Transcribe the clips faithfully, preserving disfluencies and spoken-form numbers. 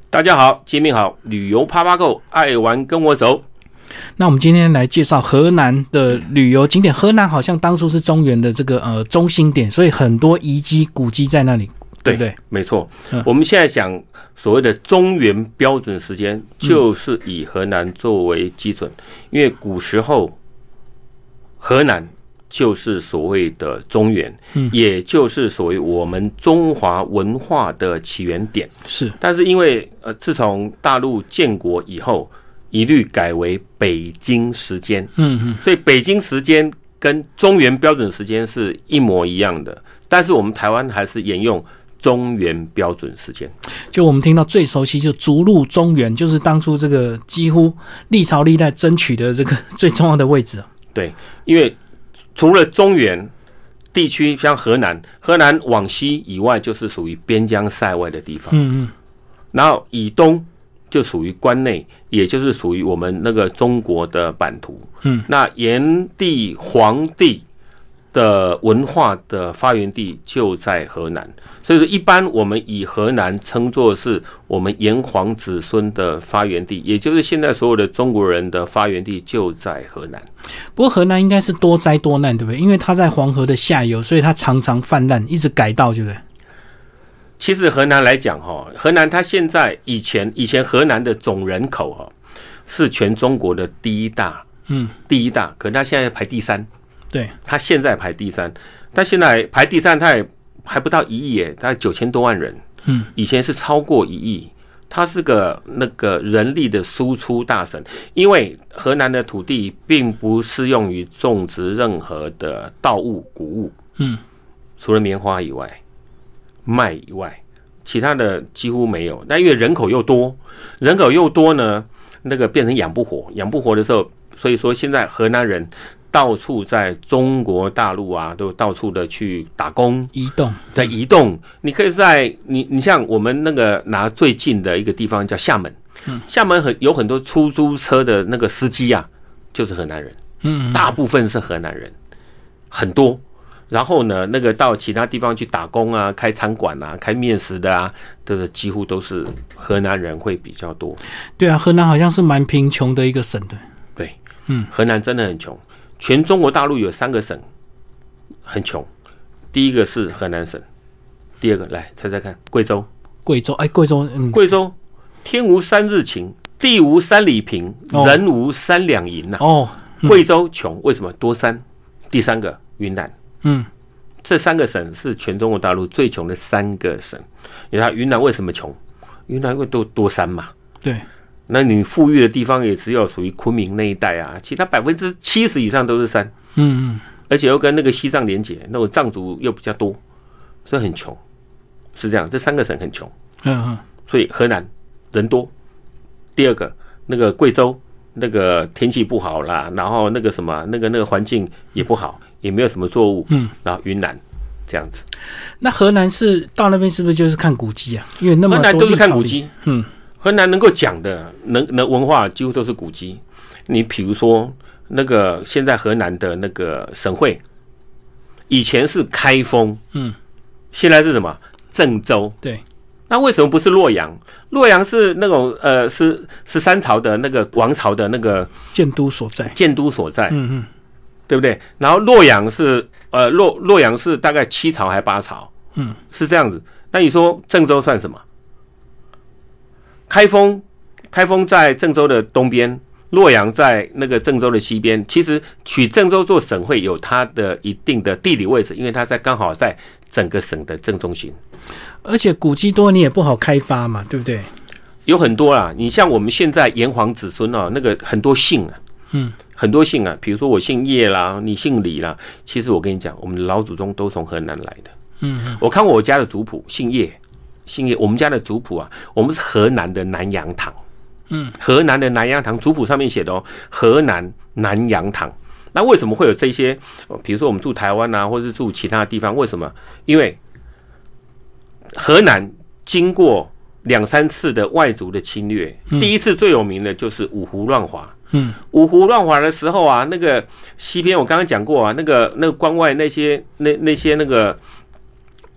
大家好，金明好，旅游啪啪购，爱玩跟我走。 那我们今天来介绍河南的旅游景点。河南好像当初是中原的这个呃中心点，所以很多遗迹古迹在那里，对不对？ 没错、嗯。我们现在讲所谓的中原标准时间，就是以河南作为基准，嗯、因为古时候河南就是所谓的中原，嗯，也就是所谓我们中华文化的起源点。 是， 但是因为呃，自从大陆建国以后，一律改为北京时间，嗯嗯，所以北京时间跟中原标准时间是一模一样的，但是我们台湾还是沿用中原标准时间。 就我们听到最熟悉就逐鹿中原，就是当初这个几乎历朝历代争取的这个最重要的位置。 对，因为除了中原地区，像河南，河南往西以外就是属于边疆塞外的地方，嗯嗯，然后以东就属于关内，也就是属于我们那个中国的版图，嗯，那炎帝、黄帝的文化的发源地就在河南，所以说一般我们以河南称作是我们炎黄子孙的发源地，也就是现在所有的中国人的发源地就在河南。 不过河南应该是多灾多难，对不对？因为它在黄河的下游，所以它常常泛滥，一直改道，对不对？ 其实河南来讲，河南它现在以前以前河南的总人口是全中国的第一大，嗯，第一大，可是它现在排第三。 对， 他现在排第三，但现在排第三，他也还不到一亿耶，大概九千多万人。嗯，以前是超过一亿，它是个那个人力的输出大省，因为河南的土地并不适用于种植任何的稻物、谷物。嗯，除了棉花以外，麦以外，其他的几乎没有。但因为人口又多，人口又多呢，那个变成养不活，养不活的时候，所以说现在河南人到处在中国大陆啊，都到处的去打工移动， 在移动。你可以在你你像我们那个拿最近的一个地方叫厦门，嗯、厦门很有很多出租车的那个司机啊，就是河南人，嗯，大部分是河南人，很多。然后呢，那个到其他地方去打工啊，开餐馆啊，开面食的啊，这个几乎都是河南人会比较多。 对啊，河南好像是蛮贫穷的一个省的。 对，嗯，河南真的很穷。全中国大陆有三个省很穷，第一个是河南省，第二个来猜猜看，贵州。 贵州，哎，贵州，嗯， 贵州天无三日晴，地无三里平，哦、人无三两银呐、啊。哦，嗯、贵州穷，为什么？多山。第三个云南，嗯，这三个省是全中国大陆最穷的三个省。你看云南为什么穷？云南因为都多山嘛。 对。 那你富裕的地方也只有属于昆明那一带啊，其他百分之七十以上都是山，嗯嗯，而且又跟那个西藏连结，那种藏族又比较多，所以很穷，是这样。这三个省很穷，嗯嗯，所以河南人多。第二个，那个贵州那个天气不好啦，然后那个什么，那个那个环境也不好，也没有什么作物，嗯，然后云南这样子。 那河南是到那边是不是就是看古迹啊？因为那么多河南都是看古迹，嗯。河南能够讲的能能文化几乎都是古迹，你比如说那个现在河南的那个省会，以前是开封，嗯，现在是什么？郑州。 对， 那为什么不是洛阳？洛阳是那种呃是十三朝的那个王朝的那个建都所在， 建都所在，嗯嗯，对不对？然后洛阳是呃洛洛阳是大概七朝还八朝，嗯，是这样子。那你说郑州算什么？开封，开封在郑州的东边，洛阳在那个郑州的西边。其实取郑州做省会有它的一定的地理位置，因为它在刚好在整个省的正中心。 而且古迹多，你也不好开发嘛，对不对？ 有很多啦，你像我们现在炎黄子孙啊，那个很多姓啊，嗯，很多姓啊，比如说我姓叶啦，你姓李啦。其实我跟你讲，我们的老祖宗都从河南来的。嗯，我看我家的族谱，姓叶。姓叶，我们家的族谱啊，我们是河南的南阳堂，嗯，河南的南阳堂族谱上面写的哦，河南南阳堂。那为什么会有这些？比如说我们住台湾啊，或是住其他地方，为什么？因为河南经过两三次的外族的侵略，嗯、第一次最有名的就是五胡乱华。嗯，五胡乱华的时候啊，那个西边我刚刚讲过啊，那个那个关外那些那那些那个。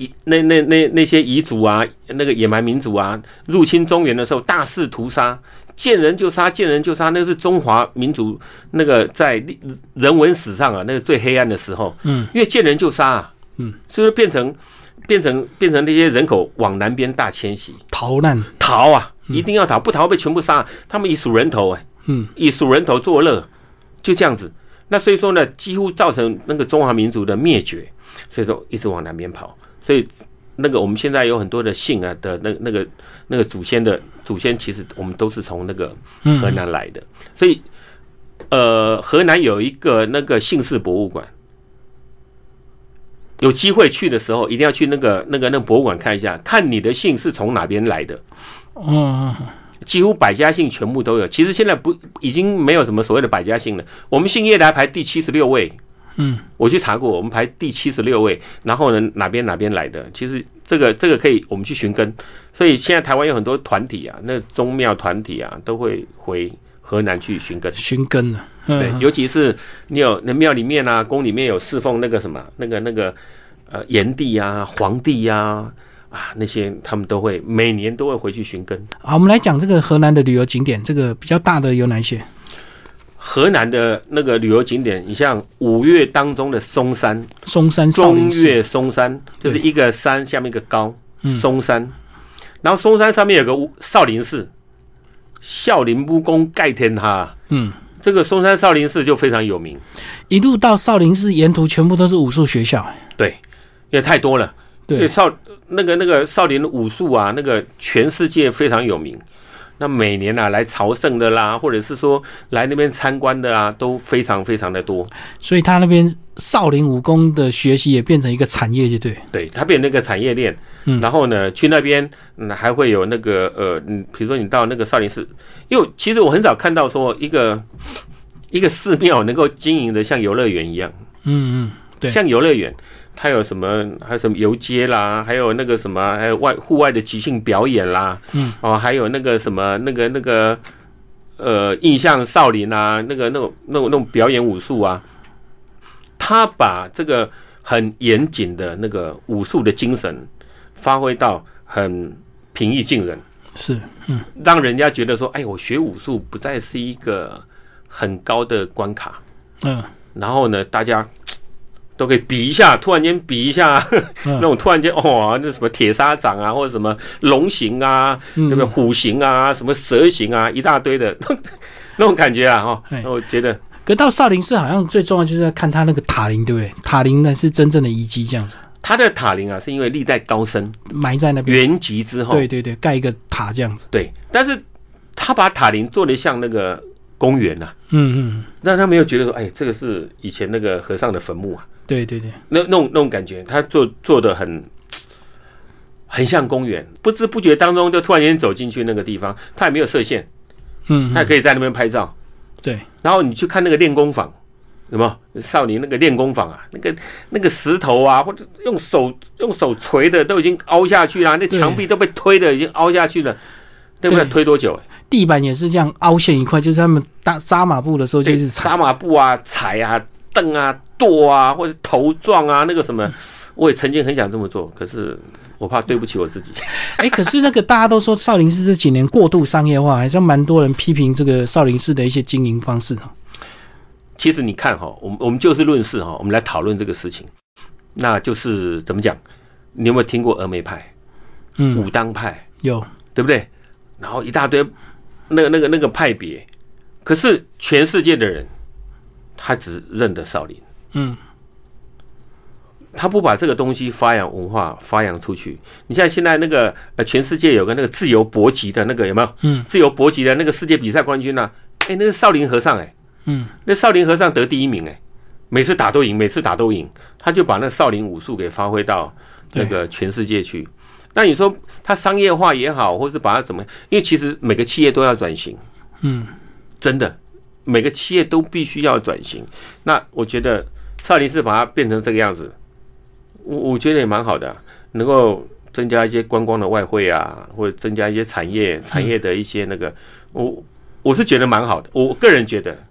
那那那那些彝族啊，那个野蛮民族啊，入侵中原的时候大肆屠杀，见人就杀，见人就杀，那是中华民族那个在人文史上啊，那个最黑暗的时候。嗯，因为见人就杀啊，嗯，所以变成变成变成那些人口往南边大迁徙， 逃难逃啊，一定要逃，不逃被全部杀。他们以数人头哎、欸，嗯，以数人头作乐，就这样子。那所以说呢，几乎造成那个中华民族的灭绝，所以说一直往南边跑。所以那个我们现在有很多的姓啊的那那个那个祖先的祖先，其实我们都是从那个河南来的。所以呃，河南有一个那个姓氏博物馆，有机会去的时候，一定要去那个那个那个博物馆看一下，看你的姓是从哪边来的。嗯。几乎百家姓全部都有，其实现在不已经没有什么所谓的百家姓了。我们姓叶的还排第七十六位，嗯，我去查过，我们排第七十六位。然后呢，哪边哪边来的？其实这个这个可以我们去寻根。所以现在台湾有很多团体啊，那宗庙团体啊，都会回河南去寻根。 寻根啊， 对，尤其是你有那庙里面啊，宫里面有侍奉那个什么，那个那个呃炎帝啊、皇帝啊。啊，那些他们都会每年都会回去寻根。 好，我们来讲这个河南的旅游景点，这个比较大的有哪一些？ 河南的那个旅游景点，你像五岳当中的嵩山， 嵩山中岳嵩山，就是一个山下面一个高，嵩山。然后嵩山上面有个少林寺，少林武功盖天哈。嗯，这个嵩山少林寺就非常有名。 一路到少林寺，沿途全部都是武术学校。 对，因为太多了。对，少那个那个少林武术啊，那个全世界非常有名。那每年啊来朝圣的啦，或者是说来那边参观的啊，都非常非常的多。所以他那边少林武功的学习也变成一个产业，就对。 对，他变成那个产业链。嗯，然后呢，去那边嗯还会有那个呃，嗯，比如说你到那个少林寺，因为其实我很少看到说一个一个寺庙能够经营的像游乐园一样。嗯嗯，对，像游乐园。它有什么？还有什么游街啦？还有那个什么？还有外户外的即兴表演啦。嗯，哦，还有那个什么？那个那个呃，印象少林啊，那个那种那种那种表演武术啊，他把这个很严谨的那个武术的精神发挥到很平易近人， 是，嗯， 让人家觉得说，哎，我学武术不再是一个很高的关卡。嗯，然后呢，大家都可以比一下，突然间比一下，嗯、那种突然间哦，那什么铁砂掌啊，或者什么龙形啊，对不对？虎形啊，什么蛇形啊，一大堆的那种感觉啊，哈、哦，我觉得。 可到少林寺好像最重要就是要看他那个塔林，对不对？塔林呢是真正的遗迹，这样子。 他的塔林啊，是因为历代高僧埋在那边圆寂之后， 对对对，盖一个塔这样子。 对，但是他把塔林做得像那个公园呐、啊，嗯嗯，让他没有觉得说，哎，这个是以前那个和尚的坟墓啊。 对对对， 那那种那种感觉，他做做的很很像公园，不知不觉当中就突然间走进去那个地方，他也没有设限，嗯，他也可以在那边拍照。 对， 然后你去看那个练功坊，有没有少林那个练功坊啊？那个那个石头啊，或者用手用手锤的都已经凹下去了，那墙壁都被推的已经凹下去了，对不对？推多久、欸？ 地板也是这样凹陷一块，就是他们搭扎马步的时候就是踩扎马步啊、踩啊、蹬啊、跺啊，或者头撞啊，那个什么，我也曾经很想这么做，可是我怕对不起我自己。 哎、欸，可是那个大家都说少林寺这几年过度商业化，还是蛮多人批评这个少林寺的一些经营方式哈。 其实你看哈，我们我们就事论事哈，我们来讨论这个事情，那就是怎么讲？你有没有听过峨眉派？嗯，武当派有， 对不对？然后一大堆那个那个那个派别，可是全世界的人，他只认得少林。嗯。他不把这个东西发扬文化发扬出去。你像现在那个呃，全世界有个那个自由搏击的那个有没有？嗯，自由搏击的那个世界比赛冠军啊，哎、欸，那个少林和尚哎、欸，嗯，那少林和尚得第一名哎、欸，每次打都赢，每次打都赢，他就把那少林武术给发挥到那个全世界去。那你说他商业化也好，或是把它怎么？因为其实每个企业都要转型，嗯，真的，每个企业都必须要转型。那我觉得少林寺把它变成这个样子。我我觉得也蛮好的、啊，能够增加一些观光的外汇啊，或者增加一些产业产业的一些那个，我我是觉得蛮好的。我个人觉得，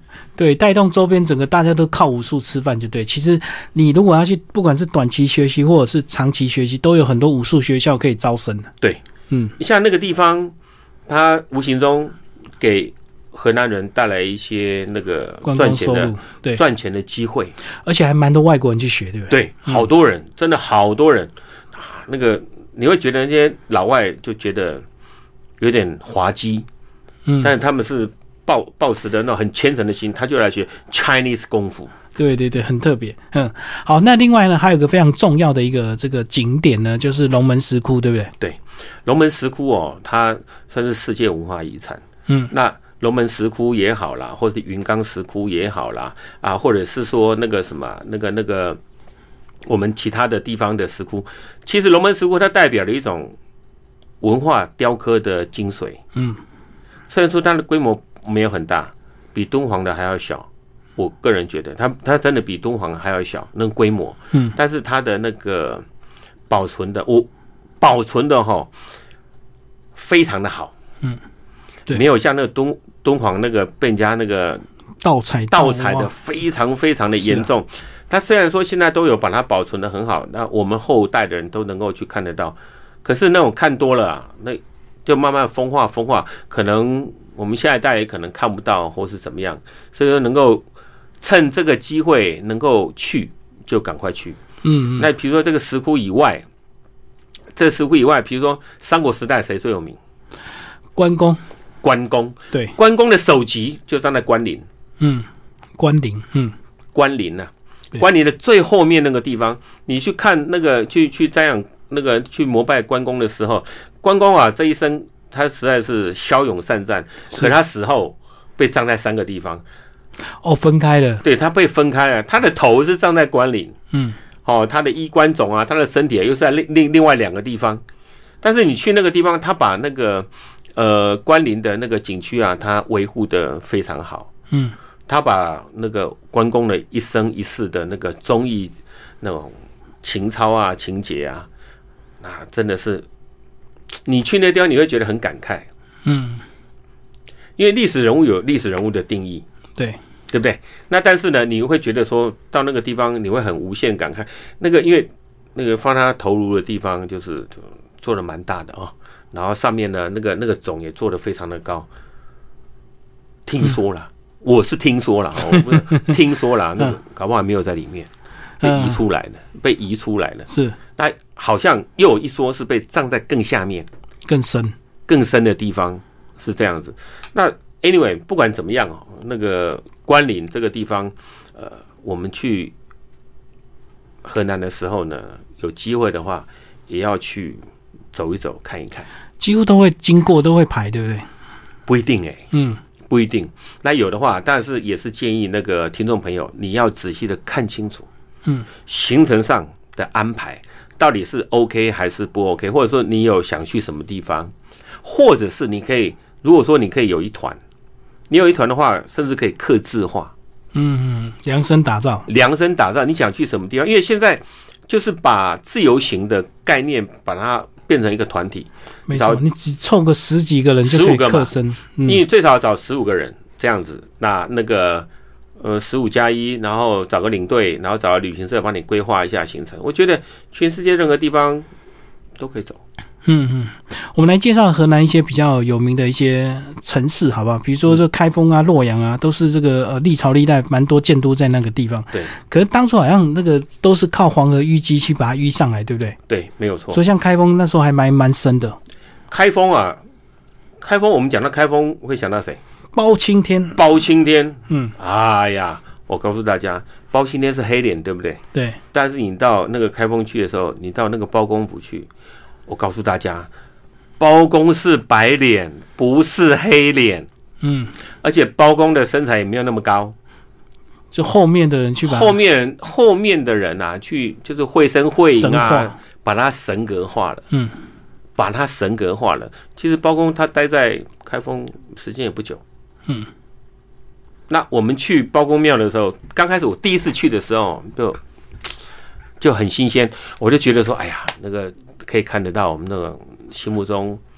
对，带动周边整个大家都靠武术吃饭就对。其实你如果要去，不管是短期学习或者是长期学习，都有很多武术学校可以招生的。 对，嗯，像那个地方，它无形中给河南人带来一些那个赚钱的对赚钱的机会， 而且还蛮多外国人去学，对不对？ 对，好多人，嗯、真的好多人啊，那个你会觉得那些老外就觉得有点滑稽，嗯，但是他们是。抱抱持的那种很虔诚的心，他就来学 Chinese 功夫。 对对对，很特别。嗯，好，那另外呢，还有一个非常重要的一个这个景点呢，就是龙门石窟，对不对？ 对，龙门石窟哦，它算是世界文化遗产。嗯，那龙门石窟也好啦，或者是云冈石窟也好啦，啊，或者是说那个什么那个那个我们其他的地方的石窟，其实龙门石窟它代表了一种文化雕刻的精髓。嗯，虽然说它的规模没有很大，比敦煌的还要小。我个人觉得它，它真的比敦煌还要小，那个规模。嗯，但是它的那个保存的，我保存的哈非常的好。嗯，对，没有像那个敦敦煌那个被人家那个盗采盗采的非常非常的严重。它虽然说现在都有把它保存的很好，那我们后代的人都能够去看得到。可是那种看多了、啊，那就慢慢风化风化，可能。我们下一代也可能看不到，或是怎么样，所以说能够趁这个机会能够去，就赶快去。嗯, 嗯，那比如说这个石窟以外，这个石窟以外，比如说三国时代谁最有名？ 关公。 关公， 对， 关公的首级就站在关岭。 嗯，关岭，嗯， 关岭啊，关岭的最后面那个地方，你去看那个去去瞻仰那个去膜拜关公的时候，关公啊这一生。他实在是骁勇善战，可他死后被葬在三个地方。 哦，分开了。 对，他被分开了。他的头是葬在关岭，嗯，哦，他的衣冠冢啊，他的身体又是在另另另外两个地方。但是你去那个地方，他把那个呃关岭的那个景区啊，他维护的非常好。嗯，他把那个关公的一生一世的那个忠义那种情操啊、情节啊，那真的是。你去那地方，你会觉得很感慨，嗯，因为历史人物有历史人物的定义， 对， 对不对？那但是呢，你会觉得说到那个地方，你会很无限感慨。那个因为那个放他头颅的地方，就是做的蛮大的啊、哦，然后上面呢，那个那个冢也做的非常的高。听说了，嗯、我是听说了，我不是听说了，那个搞不好还没有在里面。被移出来的，被移出来了。 是， 那好像又有一说是被葬在更下面、 更深、 更深的地方，是这样子。那 anyway， 不管怎么样哦，那个关岭这个地方，呃，我们去河南的时候呢，有机会的话，也要去走一走、看一看。 几乎都会经过，都会排，对不对？ 不一定哎、欸，嗯，不一定。那有的话，但是也是建议那个听众朋友，你要仔细的看清楚。嗯，行程上的安排到底是 OK 还是不 OK， 或者说你有想去什么地方，或者是你可以，如果说你可以有一团，你有一团的话，甚至可以客制化， 嗯，量身打造， 量身打造，你想去什么地方？因为现在就是把自由行的概念把它变成一个团体， 没错，你只凑个十几个人就可以客身， 嗯、你最少找十五个人这样子，那那个。呃，十五加一，然后找个领队，然后找个旅行社帮你规划一下行程。我觉得全世界任何地方都可以走。 嗯嗯，我们来介绍河南一些比较有名的一些城市，好不好？比如说这开封啊、洛阳啊，都是这个呃历朝历代蛮多建都在那个地方。 对。 可是当初好像那个都是靠黄河淤积去把它淤上来，对不对？ 对，没有错。 所以像开封那时候还蛮蛮深的。 开封啊，开封，我们讲到开封会想到谁？ 包青天， 包青天，嗯，哎呀，我告诉大家，包青天是黑脸，对不对？ 对。 但是你到那个开封去的时候，你到那个包公府去，我告诉大家，包公是白脸，不是黑脸，嗯，而且包公的身材也没有那么高， 就后面的人去把后面后面的人啊，去就是绘声绘影啊，把他神格化了，嗯，把他神格化了。其实包公他待在开封时间也不久。嗯，那我们去包公庙的时候，刚开始我第一次去的时候就就很新鲜，我就觉得说，哎呀，那个可以看得到我们那个心目中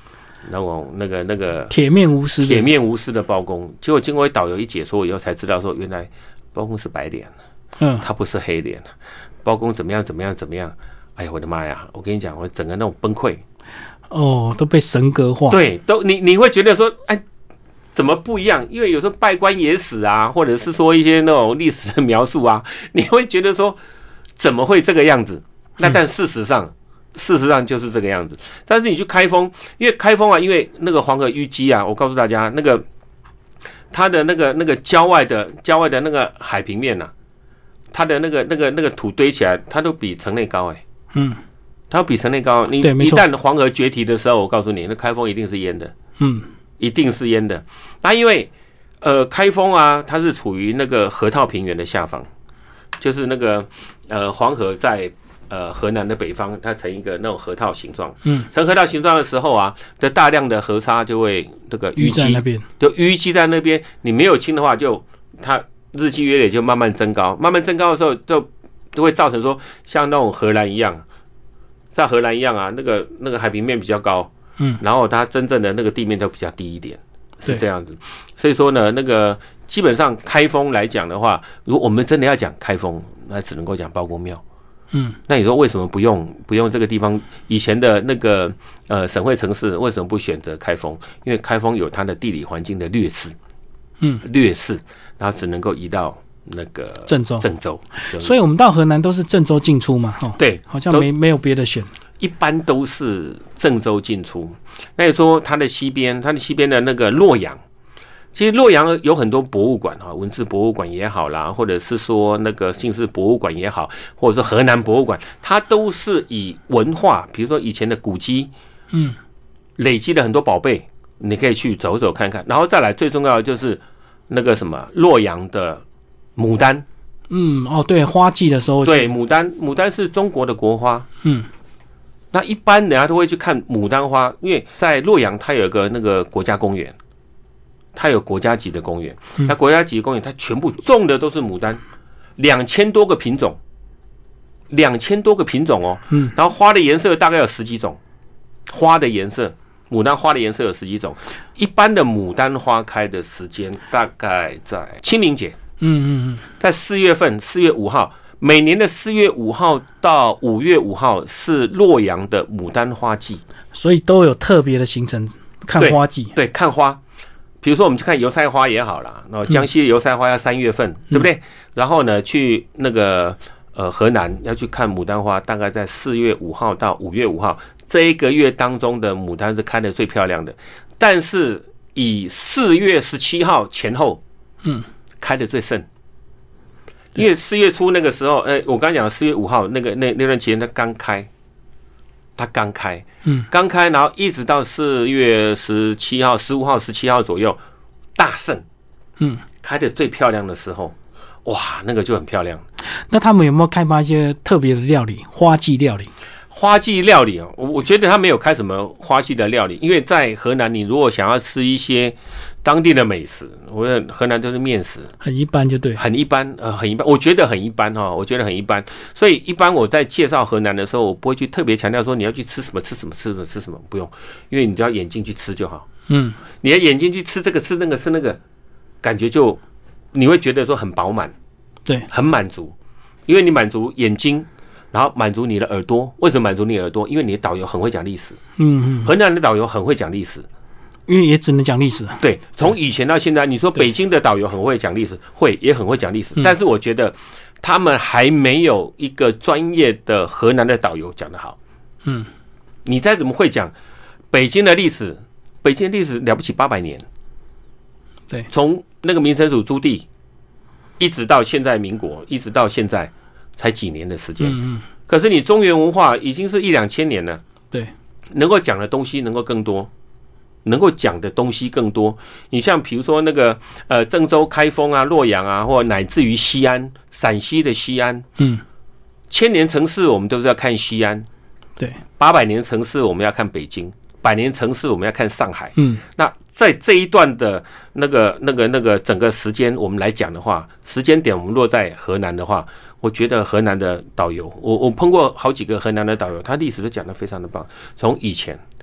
那种那个那个铁面无私铁面无私的包公，结果经过导游一解说以后，才知道说原来包公是白脸，嗯，他不是黑脸，包公怎么样怎么样怎么样，哎呀我的妈呀！我跟你讲，我整个那种崩溃， 哦，都被神格化， 对，都你你会觉得说，哎，怎么不一样？因为有时候拜官野史啊，或者是说一些那种历史的描述啊，你会觉得说怎么会这个样子？那但事实上。嗯事实上就是这个样子，但是你去开封，因为开封啊，因为那个黄河淤积啊，我告诉大家，那个它的那个那个郊外的郊外的那个海平面呐、啊，它的那个那个那个土堆起来，它都比城内高哎、欸，嗯，它都比城内高。你一旦黄河决堤的时候，我告诉你，那开封一定是淹的，嗯，一定是淹的。那因为呃开封啊，它是处于那个河套平原的下方，就是那个呃黄河在。呃，河南的北方，它成一个那种河套形状。嗯，成河套形状的时候啊，的大量的河沙就会这个淤积，就淤积在那边。你没有清的话就，就它日积月累就慢慢增高，慢慢增高的时候就，就会造成说，像那种荷兰一样，像荷兰一样啊，那个那个海平面比较高，嗯，然后它真正的那个地面都比较低一点，是这样子。所以说呢，那个基本上开封来讲的话，如果我们真的要讲开封，那只能够讲包公庙。嗯，那你说为什么不用不用这个地方？以前的那个呃省会城市为什么不选择开封？因为开封有它的地理环境的劣势，嗯，劣势，然后只能够移到那个郑州。 郑州， 所以我们到河南都是郑州进出嘛，哦， 对， 好像没没有别的选， 一般都是郑州进出。那你说它的西边，它的西边的那个洛阳。其实洛阳有很多博物馆哈，文字博物馆也好啦，或者是说那个姓氏博物馆也好，或者说河南博物馆，它都是以文化，比如说以前的古迹，嗯，累积了很多宝贝，你可以去走走看看。然后再来最重要的就是那个什么洛阳的牡丹， 嗯，哦，对，花季的时候， 对，牡丹，牡丹是中国的国花，嗯，那一般人家都会去看牡丹花，因为在洛阳它有一个那个国家公园。它有国家级的公园，那国家级的公园它全部种的都是牡丹，两千多个品种，两千多个品种哦，嗯，然后花的颜色大概有十几种，花的颜色，牡丹花的颜色有十几种。一般的牡丹花开的时间大概在清明节，嗯嗯嗯，在四月份，四月五号，每年的四月五号到五月五号是洛阳的牡丹花季， 所以都有特别的行程看花季， 对，对，看花。比如说，我们去看油菜花也好啦，然后江西的油菜花要三月份，嗯、对不对？然后呢，去那个呃河南要去看牡丹花，大概在四月五号到五月五号这一个月当中的牡丹是开的最漂亮的，但是以四月十七号前后，嗯，开的最盛，因为四月初那个时候，呃，我刚讲四月五号那个那那段期间它刚开。它刚开，嗯，刚开，然后一直到四月十七号、十五号、十七号左右，大盛，嗯，开的最漂亮的时候，哇，那个就很漂亮。 那他们有没有开发一些特别的料理，花季料理？ 花季料理哦，我我觉得他没有开什么花季的料理，因为在河南，你如果想要吃一些当地的美食，我觉得河南都是面食， 很一般就对， 很一般，呃，很一般，我觉得很一般哈，我觉得很一般。所以一般我在介绍河南的时候，我不会去特别强调说你要去吃什么吃什么吃什么吃什么，不用，因为你只要眼睛去吃就好。嗯，你的眼睛去吃这个吃那个吃那个，感觉就你会觉得说很饱满， 对， 很满足，因为你满足眼睛。然后满足你的耳朵，为什么满足你的耳朵？因为你的导游很会讲历史，嗯嗯，河南的导游很会讲历史， 因为也只能讲历史。 对，从以前到现在，你说北京的导游很会讲历史，会也很会讲历史，但是我觉得他们还没有一个专业的河南的导游讲得好。嗯，你再怎么会讲北京的历史，北京的历史了不起八百年， 对， 从那个明成祖朱棣一直到现在民国，一直到现在。才几年的时间，嗯嗯，可是你中原文化已经是一两千年了， 对， 能够讲的东西能够更多，能够讲的东西更多。你像比如说那个呃郑州、开封啊、洛阳啊，或乃至于西安，陕西的西安，嗯，千年城市我们都是要看西安， 对， 八百年城市我们要看北京，百年城市我们要看上海，嗯，那在这一段的那个那个那个整个时间我们来讲的话，时间点我们落在河南的话。我觉得河南的导游，我我碰过好几个河南的导游，他历史都讲得非常的棒。从以前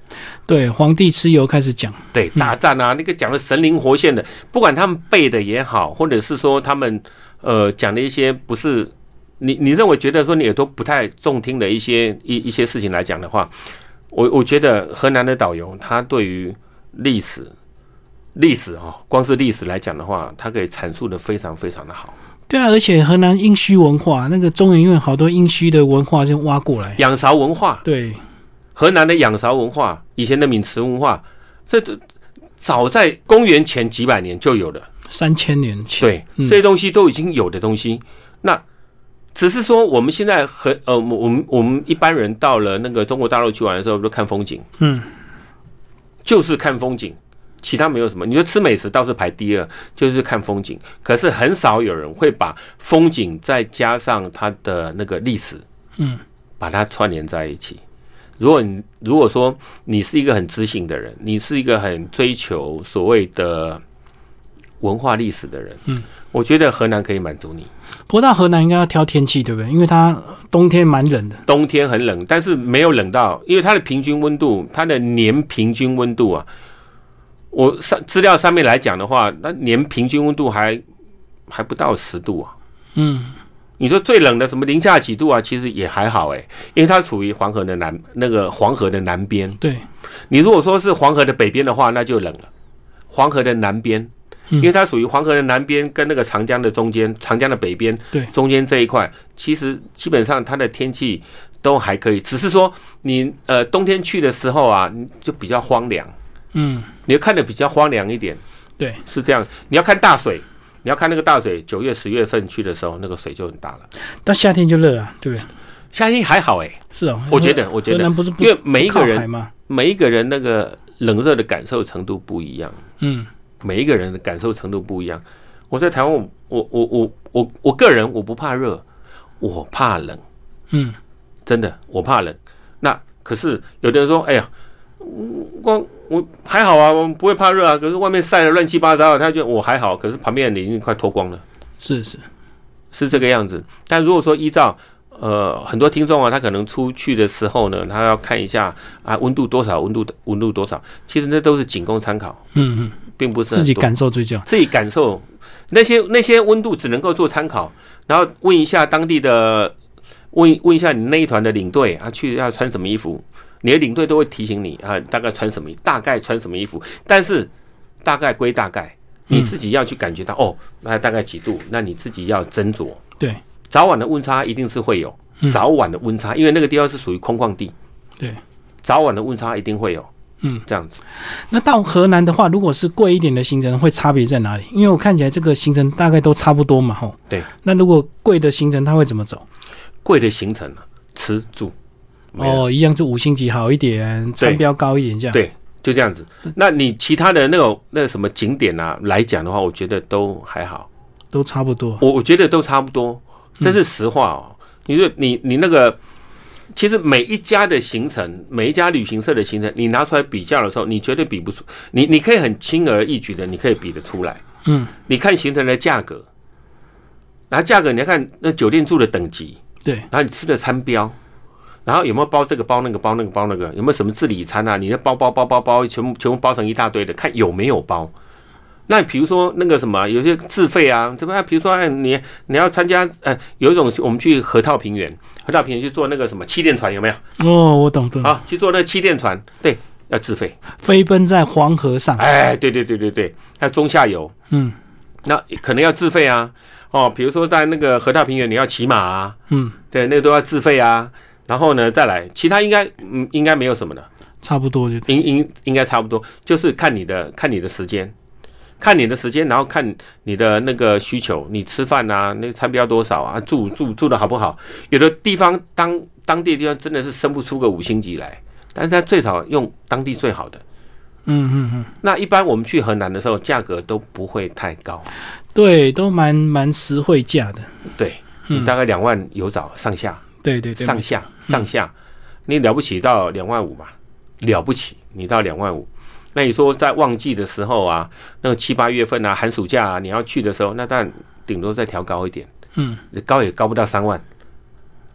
对，皇帝蚩尤开始讲， 对，大战啊，嗯、那个讲的神灵活现的，不管他们背的也好，或者是说他们呃讲的一些不是你你认为觉得说你耳朵不太中听的一些一一些事情来讲的话，我我觉得河南的导游他对于历史历史啊、哦，光是历史来讲的话，他可以阐述的非常非常的好。 对啊，而且河南殷墟文化，那个中研院好多殷墟的文化就挖过来， 仰韶文化， 对， 河南的仰韶文化，以前的渑池文化，这早在公元前几百年就有了， 三千年前， 对，嗯、这些东西都已经有的东西。那只是说我们现在很呃，我们我们一般人到了那个中国大陆去玩的时候，都看风景，嗯，就是看风景。其他没有什么，你说吃美食倒是排第二，就是看风景。可是很少有人会把风景再加上它的那个历史，嗯，把它串联在一起。如果你如果说你是一个很知性的人，你是一个很追求所谓的文化历史的人，嗯，我觉得河南可以满足你。 不过到河南应该要挑天气，对不对？因为它冬天蛮冷的， 冬天很冷，但是没有冷到，因为它的平均温度，它的年平均温度啊。我上资料上面来讲的话，那年平均温度还还不到十度啊。嗯，你说最冷的什么零下几度啊，其实也还好哎、欸，因为它处于黄河的南那个黄河的南边。 对， 你如果说是黄河的北边的话，那就冷了。黄河的南边，因为它属于黄河的南边跟那个长江的中间，长江的北边，对，中间这一块，其实基本上它的天气都还可以，只是说你呃冬天去的时候啊，就比较荒凉。嗯，你要看的比较荒凉一点， 对， 是这样。你要看大水，你要看那个大水，九月、十月份去的时候，那个水就很大了。 但夏天就热啊，对不对？ 夏天还好哎、欸， 是哦， 我觉得，我觉得， 不是不因为每一个人，每一个人那个冷热的感受程度不一样，嗯，每一个人的感受程度不一样。我在台湾，我我我我我我个人我不怕热，我怕冷，嗯，真的我怕冷。那可是有的人说，哎呀。光我还好啊，我不会怕热啊。可是外面晒得乱七八糟，他觉得我还好。可是旁边的人已经快脱光了， 是是是这个样子。但如果说依照呃很多听众啊，他可能出去的时候呢，他要看一下啊温度多少，温度温度多少，其实那都是仅供参考，嗯嗯，并不是自己感受最重要。 自己感受那些那些温度只能够做参考，然后问一下当地的问问一下你那一团的领队啊，去要穿什么衣服。你的领队都会提醒你啊，大概穿什么，大概穿什么衣服。但是大概归大概，你自己要去感觉到、嗯、哦，那大概几度，那你自己要斟酌。 对， 早晚的温差一定是会有，早晚的温差，因为那个地方是属于空旷地。 对， 早晚的温差一定会有。嗯，这样子。 那到河南的话，如果是贵一点的行程，会差别在哪里？因为我看起来这个行程大概都差不多嘛，吼。 对。 那如果贵的行程，它会怎么走？ 贵的行程啊，吃住。 哦，一样就五星级好一点，餐标高一点这样。 对，就这样子。那你其他的那种那什么景点啊来讲的话，我觉得都还好， 都差不多。 我我觉得都差不多，这是实话哦。你说你你那个，其实每一家的行程，每一家旅行社的行程，你拿出来比较的时候，你绝对比不出。你你可以很轻而易举的，你可以比得出来。嗯，你看行程的价格，然后价格你要看那酒店住的等级， 对， 然后你吃的餐标。然后有没有包这个包那个包那个包那个？有没有什么自理餐啊？你的包包包包包全部全部包成一大堆的，看有没有包。那比如说那个什么，有些自费啊，怎么样？比如说，哎，你你要参加，呃，有一种我们去河套平原，河套平原去坐那个什么气垫船，有没有？ 哦，我懂懂。 好，去坐那个气垫船，对，要自费。 飞奔在黄河上。 哎，对对对对对，它中下游，嗯，那可能要自费啊。哦，比如说在那个河套平原，你要骑马啊，嗯，对，那个都要自费啊。然后呢，再来，其他应该嗯应该没有什么的， 差不多就应应应该差不多，就是看你的看你的时间，看你的时间，然后看你的那个需求，你吃饭啊，那个餐标多少啊，住住住的好不好？有的地方当当地的地方真的是生不出个五星级来，但是它最少用当地最好的。嗯嗯嗯。那一般我们去河南的时候，价格都不会太高， 对，都蛮蛮实惠价的。 对，你大概两万有找上下。 对对对， 上下上下，嗯、你了不起到两万五吧？了不起，你到两万五。那你说在旺季的时候啊，那个七八月份啊，寒暑假啊，你要去的时候，那当然顶多再调高一点，嗯，高也高不到三万。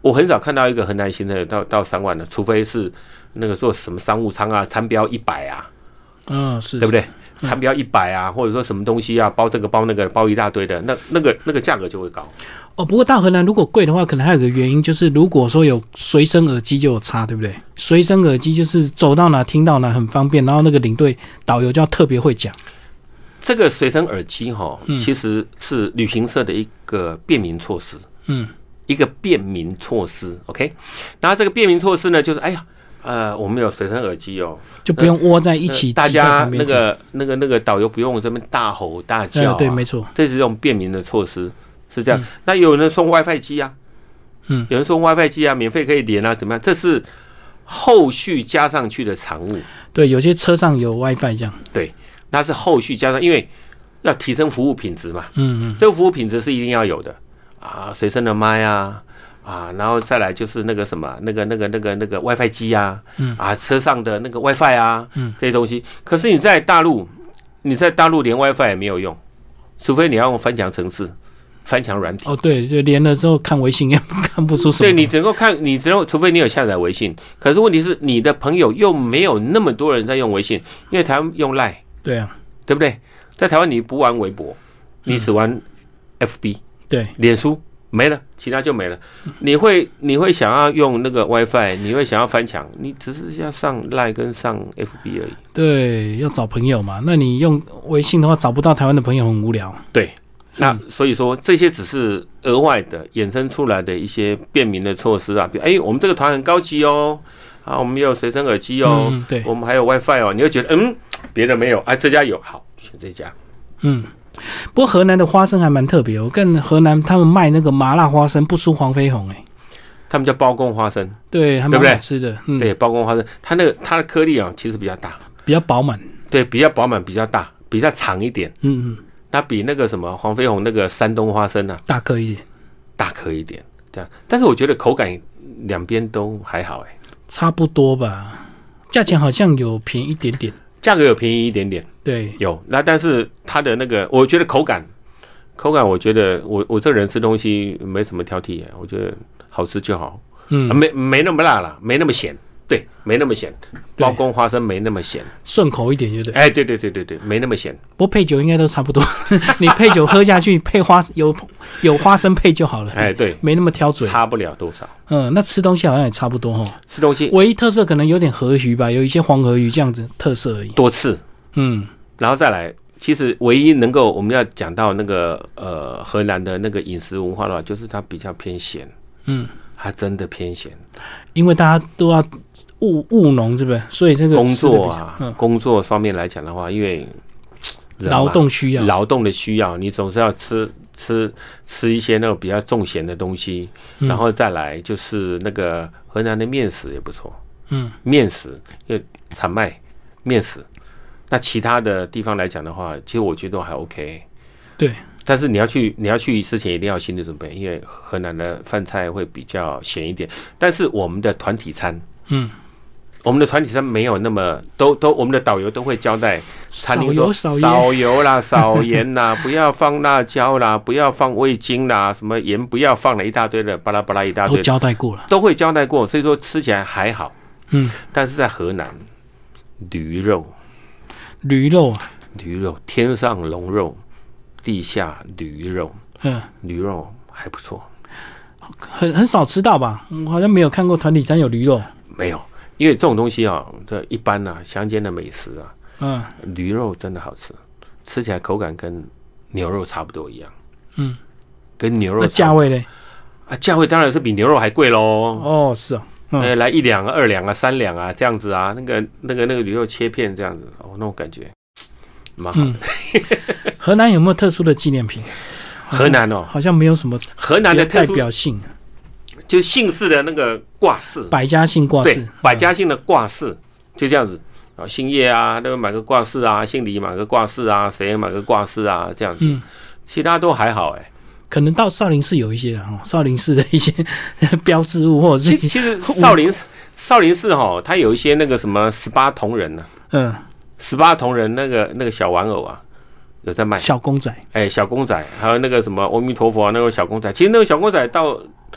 我很少看到一个河南新的到到三万的，除非是那个做什么商务舱啊，餐标一百啊， 嗯、哦，是， 对不对？餐标一百啊，或者说什么东西啊，包这个包那个包一大堆的，那那个那个价格就会高。 哦，不过到河南如果贵的话，可能还有个原因，就是如果说有随身耳机就有差，对不对？随身耳机就是走到哪听到哪很方便，然后那个领队导游就要特别会讲。 这个随身耳机哈，其实是旅行社的一个便民措施，嗯，一个便民措施 ，OK。然后这个便民措施呢，就是哎呀。呃，我们有随身耳机哦， 就不用窝在一起， 大家那个那个那个导游不用这边大吼大叫、啊呃，对，没错， 这是这种便民的措施，是这样。嗯、那有人送 WiFi 机啊，嗯，有人送 WiFi 机啊，免费可以连啊，怎么样？这是后续加上去的产物。 对，有些车上有 WiFi 这样。 对，那是后续加上，因为要提升服务品质嘛，嗯嗯，这个服务品质是一定要有的啊，随身的麦啊。啊，然后再来就是那个什么，那个、那个、那个、那个 WiFi 机啊，嗯，啊，车上的那个 WiFi 啊，嗯，这些东西。可是你在大陆，你在大陆连 WiFi 也没有用，除非你要用翻墙程式、翻墙软体。 哦，对，就连了之后看微信也看不出什么。 对，你只能够看，你只能，除非你有下载微信。可是问题是，你的朋友又没有那么多人在用微信，因为台湾用 Line。对啊， 对不对？在台湾你不玩微博，你只玩 F B，、嗯、 对， 脸书。没了，其他就没了。你会你会想要用那个 WiFi， 你会想要翻墙，你只是要上 Line 跟上 F B 而已。 对，要找朋友嘛。那你用微信的话，找不到台湾的朋友很无聊。 对，那所以说这些只是额外的衍生出来的一些便民的措施啊。比如，哎，我们这个团很高级哦，啊，我们有随身耳机哦，嗯、对，我们还有 WiFi 哦，你会觉得嗯，别人没有，哎，这家有，好，选这家。嗯。 不过河南的花生还蛮特别，我跟河南他们卖那个麻辣花生不输黄飞鸿哎、欸， 他们叫包公花生， 对，还蛮好吃的， 嗯、对，包公花生，它那个它的颗粒啊，其实比较大， 比较饱满， 对，比较饱满，比较大，比较长一点，嗯嗯，它比那个什么黄飞鸿那个山东花生啊大颗一点， 大颗一点，这样，但是我觉得口感两边都还好哎、欸， 差不多吧，价钱好像有便宜一点点。 价格有便宜一点点， 对， 有那，但是它的那个，我觉得口感，口感，我觉得我我这人吃东西没什么挑剔，我觉得好吃就好，嗯，啊、没没那么辣了，没那么咸，对，没那么咸，包公花生没那么咸， 顺口一点就对， 哎，对对对对对，没那么咸。 不过配酒应该都差不多，你配酒喝下去，配花有有花生配就好了， 哎，对， 没那么挑嘴， 差不了多少。 嗯，那吃东西好像也差不多哦。 吃东西唯一特色可能有点河鱼吧，有一些黄河鱼这样子特色而已。 多次，嗯，然后再来，其实唯一能够我们要讲到那个呃河南的那个饮食文化的话，就是它比较偏咸，嗯，它真的偏咸， 因为大家都要务务农，是不是？所以这个工作啊，嗯、工作方面来讲的话，因为劳动需要， 劳动的需要，你总是要吃。吃吃一些那种比较重咸的东西，嗯、然后再来就是那个河南的面食也不错，嗯，面食因为产麦面食，那其他的地方来讲的话，其实我觉得都还 OK， 对， 但是你要去你要去之前一定要有心理准备，因为河南的饭菜会比较咸一点，但是我们的团体餐，嗯。我们的团体餐没有那么都都，我们的导游都会交代餐厅说少油啦、少盐啦，不要放辣椒啦，不要放味精啦，什么盐不要放了一大堆的，巴拉巴拉一大堆， 都交代过了， 都会交代过，所以说吃起来还好。嗯，但是在河南，驴肉， 驴肉啊， 驴肉，天上龙肉，地下驴肉，嗯，驴肉还不错， 很很少吃到吧？我好像没有看过团体餐有驴肉， 没有。因为这种东西啊，这一般啊，乡间的美食啊，嗯，驴肉真的好吃，吃起来口感跟牛肉差不多一样，嗯，跟牛肉。 那价位呢？ 啊，价位当然是比牛肉还贵喽。 哦，是啊， 嗯、欸，来一两啊、二两啊、三两啊这样子啊，那个、那个、那个驴肉切片这样子，哦，那种感觉蛮好的。嗯、 河南有没有特殊的纪念品？ 河南哦， 好像没有什么河南的代表性。 就姓氏的那个挂饰， 百家姓挂饰， 对，百家姓的挂饰就这样子啊，姓叶啊，那个买个挂饰啊，姓李买个挂饰啊，谁买个挂饰啊，这样子，嗯，其他都还好哎、欸。 可能到少林寺有一些啊，少林寺的一些标志物，或者是其其实少林少林寺哈，它有一些那个什么十八铜人呢、啊，嗯，十八铜人那个那个小玩偶啊，有在卖小公仔， 哎、欸，小公仔，还有那个什么阿弥陀佛啊，那个小公仔，其实那个小公仔到。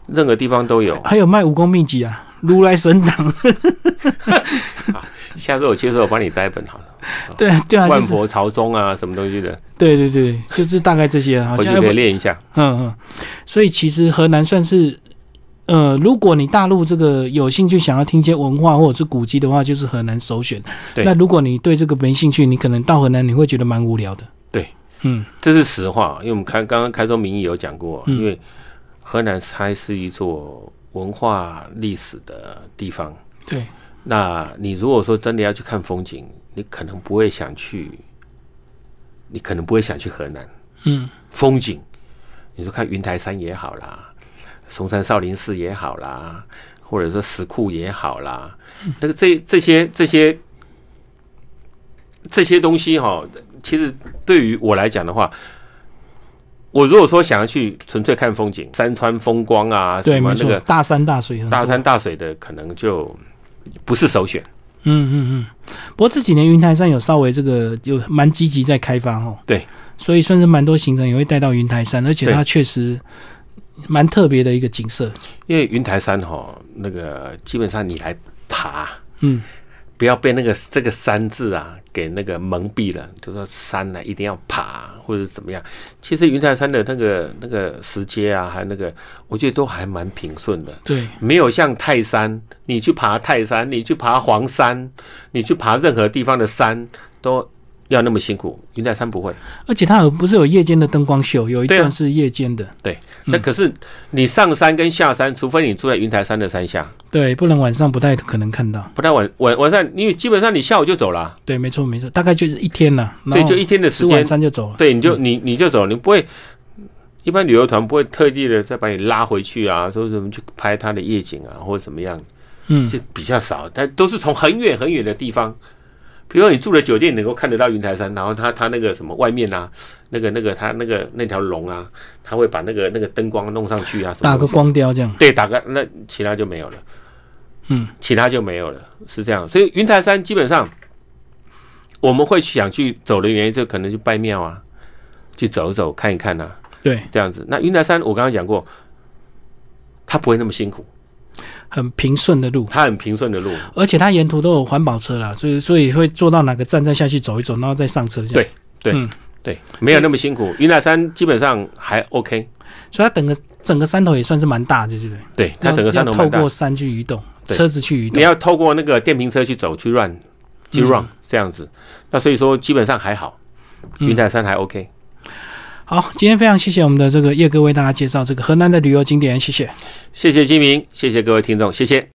任何地方都有。 还有卖武功秘籍啊，如来神掌。 下次我去的时候，我帮你带一本好了。 对啊，对啊， 万佛朝宗啊，什么东西的？ 对对对，就是大概这些，好像我就可以练一下。 嗯嗯，所以其实河南算是，呃，如果你大陆这个有兴趣想要听一些文化或者是古迹的话，就是河南首选。那如果你对这个没兴趣，你可能到河南你会觉得蛮无聊的。 对， 嗯， 这是实话，因为我们开刚刚开宗明义有讲过， 嗯、 因为河南它是一座文化历史的地方。 对。 那你如果说真的要去看风景，你可能不会想去，你可能不会想去河南。 嗯， 风景，你说看云台山也好啦，嵩山少林寺也好啦，或者说石窟也好啦，嗯、那个这这些这些这些东西哈，其实对于我来讲的话，我如果说想要去纯粹看风景，山川风光啊， 对， 什么那个大山大水， 大山大水的，可能就不是首选。 嗯嗯嗯。不过这几年云台山有稍微这个有蛮积极在开发哦。 对。 所以算是蛮多行程也会带到云台山，而且它确实蛮特别的一个景色。 因为云台山哈，那个基本上你来爬， 嗯， 不要被那个这个山字啊给那个蒙蔽了，就说山呢、啊、一定要爬或者怎么样。其实云台山的那个那个石阶啊，还有那个，我觉得都还蛮平顺的。 对， 没有像泰山，你去爬泰山，你去爬黄山，你去爬任何地方的山都要那么辛苦，云台山不会。 而且它有不是有夜间的灯光秀，有一段是夜间的。 对、啊对，那可是你上山跟下山，除非你住在云台山的山下， 对，不然晚上不太可能看到。 不太晚晚晚上，因为基本上你下午就走了、啊。 对，没错没错，大概就是一天了。 对，就一天的时间， 吃晚餐就走了。 对，你就、嗯、你你就走，你不会。一般旅游团不会特地的再把你拉回去啊，说什么去拍它的夜景啊，或者怎么样， 嗯， 就比较少，但都是从很远很远的地方，比如说你住的酒店能够看得到云台山，然后它它那个什么外面啊，那个那个它那个那条龙啊，它会把那个那个灯光弄上去啊，什么打个光雕这样， 对，打个那其他就没有了， 嗯， 其他就没有了，是这样，所以云台山基本上我们会想去走的原因，就可能去拜庙啊，去走一走看一看啊。 对， 这样子。那云台山我刚刚讲过，它不会那么辛苦， 很平顺的路， 它很平顺的路， 而且它沿途都有环保车啦，所以所以会坐到哪个站再下去走一走，然后再上车这样。 对对、嗯、对，没有那么辛苦。云台山基本上还 OK， 所以它整个整个山头也算是蛮大的，对不对？ 对，它整个山头蛮大， 要透过山去移动，车子去移动， 你要透过那个电瓶车去走去 run 去 run、嗯、这样子。那所以说基本上还好，云台山还 OK。嗯， 好，今天非常谢谢我们的这个叶哥为大家介绍这个河南的旅游景点，谢谢， 谢谢金明，谢谢各位听众，谢谢。